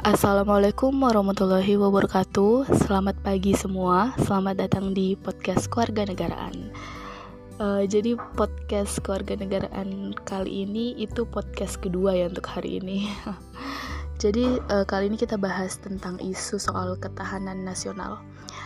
Assalamualaikum warahmatullahi wabarakatuh. Selamat pagi semua. Selamat datang di podcast Kewarganegaraan. Jadi podcast Kewarganegaraan kali ini itu podcast kedua ya untuk hari ini. Jadi kali ini kita bahas tentang isu soal ketahanan nasional.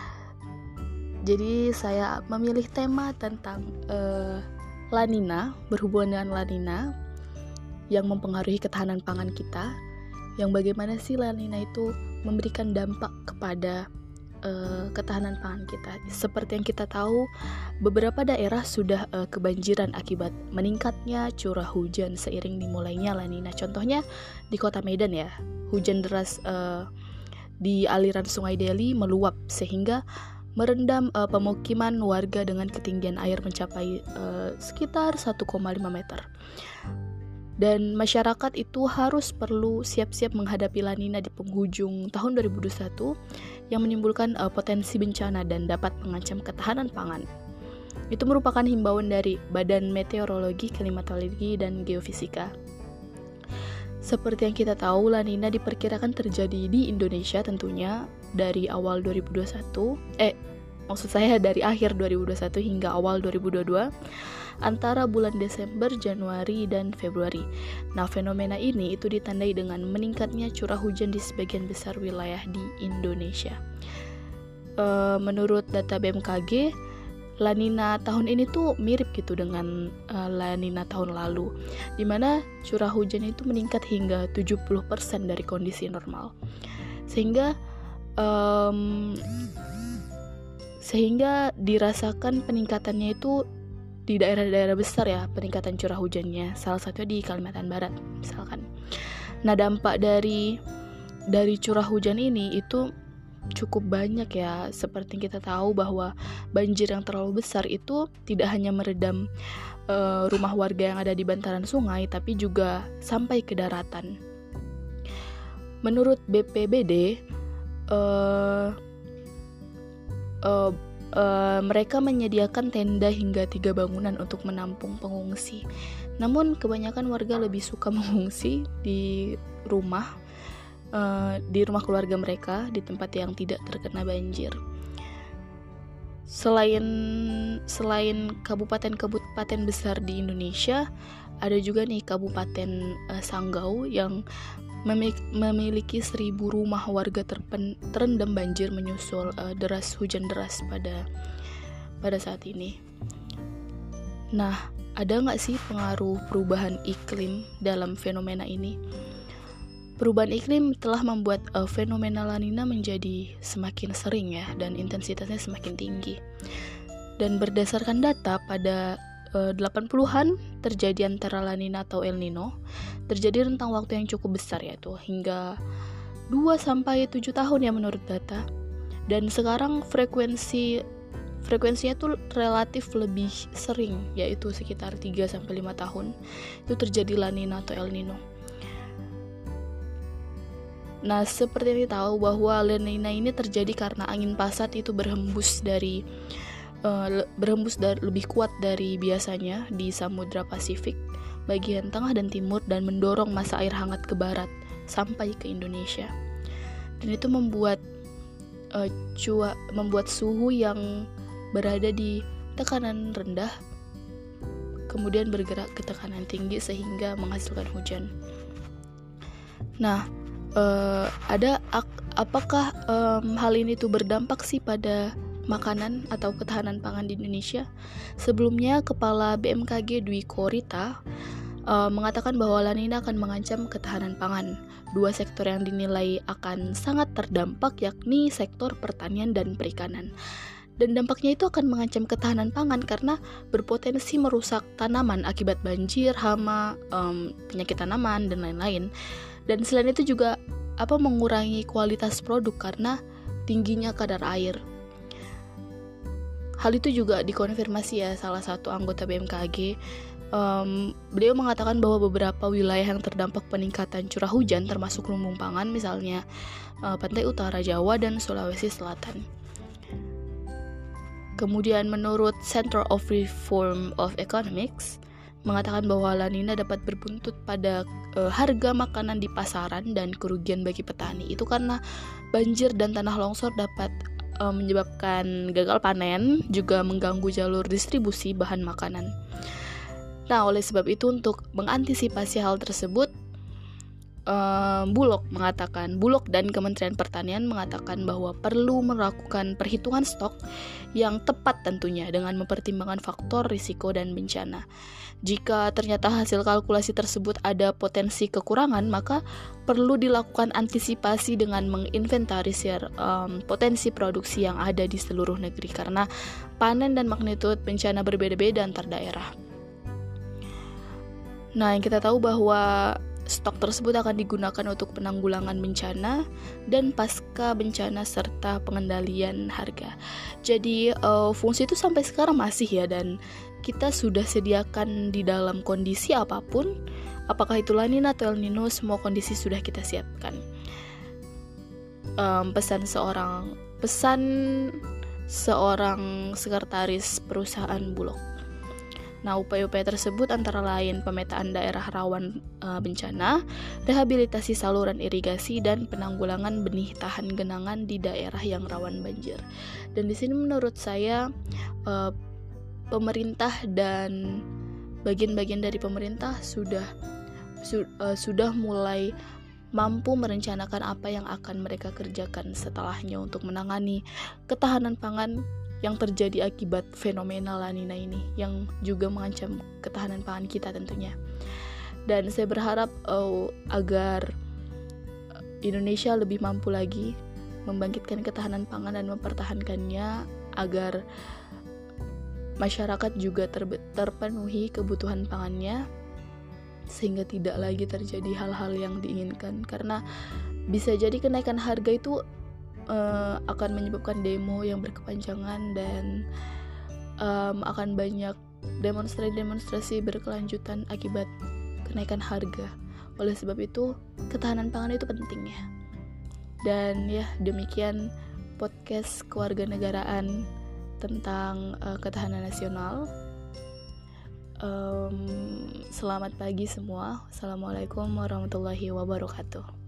Jadi saya memilih tema tentang La Nina, berhubungan dengan La Nina yang mempengaruhi ketahanan pangan kita. Yang bagaimana sih La Nina itu memberikan dampak kepada ketahanan pangan kita. Seperti yang kita tahu, beberapa daerah sudah kebanjiran akibat meningkatnya curah hujan seiring dimulainya La Nina. Contohnya di kota Medan ya, hujan deras di aliran Sungai Deli meluap sehingga merendam pemukiman warga dengan ketinggian air mencapai sekitar 1,5 meter. Dan masyarakat itu perlu siap-siap menghadapi La Nina di penghujung tahun 2021 yang menimbulkan potensi bencana dan dapat mengancam ketahanan pangan. Itu merupakan himbauan dari Badan Meteorologi, Klimatologi, dan Geofisika. Seperti yang kita tahu, La Nina diperkirakan terjadi di Indonesia tentunya dari awal 2021, dari akhir 2021 hingga awal 2022. Antara bulan Desember, Januari, dan Februari. Nah, fenomena ini itu ditandai dengan meningkatnya curah hujan di sebagian besar wilayah di Indonesia. Menurut data BMKG, La Nina tahun ini tuh mirip gitu dengan La Nina tahun lalu, di mana curah hujan itu meningkat hingga 70% dari kondisi normal. Sehingga dirasakan peningkatannya itu di daerah-daerah besar ya, peningkatan curah hujannya, salah satunya di Kalimantan Barat misalkan. Nah, dampak dari curah hujan ini itu cukup banyak ya. Seperti kita tahu bahwa banjir yang terlalu besar itu tidak hanya meredam rumah warga yang ada di bantaran sungai, tapi juga sampai ke daratan. Menurut BPBD, mereka menyediakan tenda hingga 3 bangunan untuk menampung pengungsi. Namun kebanyakan warga lebih suka mengungsi di rumah keluarga mereka di tempat yang tidak terkena banjir. Selain kabupaten besar di Indonesia, ada juga nih Kabupaten Sanggau yang memiliki 1.000 rumah warga terendam banjir menyusul hujan deras pada saat ini. Nah, ada nggak sih pengaruh perubahan iklim dalam fenomena ini? Perubahan iklim telah membuat fenomena La Nina menjadi semakin sering ya, dan intensitasnya semakin tinggi. Dan berdasarkan data pada 80-an terjadi antara La Nina atau El Nino, terjadi rentang waktu yang cukup besar yaitu hingga 2-7 tahun ya menurut data. Dan sekarang frekuensinya tuh relatif lebih sering, yaitu sekitar 3-5 tahun itu terjadi La Nina atau El Nino. Nah, seperti yang kita tahu bahwa La Nina ini terjadi karena angin pasat itu berhembus lebih kuat dari biasanya di Samudra Pasifik bagian tengah dan timur dan mendorong massa air hangat ke barat sampai ke Indonesia. Dan itu membuat suhu yang berada di tekanan rendah kemudian bergerak ke tekanan tinggi sehingga menghasilkan hujan. Nah, apakah hal ini tuh berdampak sih pada makanan atau ketahanan pangan di Indonesia? Sebelumnya, Kepala BMKG Dwi Korita mengatakan bahwa La Nina akan mengancam ketahanan pangan. 2 sektor yang dinilai akan sangat terdampak yakni sektor pertanian dan perikanan. Dan dampaknya itu akan mengancam ketahanan pangan karena berpotensi merusak tanaman akibat banjir, hama, penyakit tanaman, dan lain-lain. Dan selain itu juga mengurangi kualitas produk karena tingginya kadar air. Hal itu juga dikonfirmasi ya salah satu anggota BMKG. Beliau mengatakan bahwa beberapa wilayah yang terdampak peningkatan curah hujan termasuk lumbung pangan, misalnya pantai utara Jawa dan Sulawesi Selatan. Kemudian menurut Center of Reform of Economics, mengatakan bahwa La Nina dapat berbuntut pada harga makanan di pasaran dan kerugian bagi petani. Itu karena banjir dan tanah longsor dapat menyebabkan gagal panen, juga mengganggu jalur distribusi bahan makanan. Nah, oleh sebab itu untuk mengantisipasi hal tersebut, Bulog dan Kementerian Pertanian mengatakan bahwa perlu melakukan perhitungan stok yang tepat tentunya dengan mempertimbangkan faktor risiko dan bencana. Jika ternyata hasil kalkulasi tersebut ada potensi kekurangan, maka perlu dilakukan antisipasi dengan menginventarisir potensi produksi yang ada di seluruh negeri, karena panen dan magnitud bencana berbeda-beda antar daerah. Nah, yang kita tahu bahwa stok tersebut akan digunakan untuk penanggulangan bencana dan pasca bencana serta pengendalian harga. Jadi fungsi itu sampai sekarang masih ya, dan kita sudah sediakan di dalam kondisi apapun, apakah itu La Nina atau El Nino, semua kondisi sudah kita siapkan. Pesan seorang sekretaris perusahaan Bulog. Nah, upaya-upaya tersebut antara lain pemetaan daerah rawan bencana, rehabilitasi saluran irigasi, dan penanggulangan benih tahan genangan di daerah yang rawan banjir. Dan di sini menurut saya pemerintah dan bagian-bagian dari pemerintah sudah mulai mampu merencanakan apa yang akan mereka kerjakan setelahnya untuk menangani ketahanan pangan yang terjadi akibat fenomena La Nina ini, yang juga mengancam ketahanan pangan kita tentunya. Dan saya berharap agar Indonesia lebih mampu lagi membangkitkan ketahanan pangan dan mempertahankannya, agar masyarakat juga terpenuhi kebutuhan pangannya, sehingga tidak lagi terjadi hal-hal yang diinginkan. Karena bisa jadi kenaikan harga itu akan menyebabkan demo yang berkepanjangan, dan akan banyak demonstrasi berkelanjutan akibat kenaikan harga. Oleh sebab itu, ketahanan pangan itu penting ya. Dan ya, demikian podcast kewarganegaraan tentang ketahanan nasional. Selamat pagi semua. Assalamualaikum warahmatullahi wabarakatuh.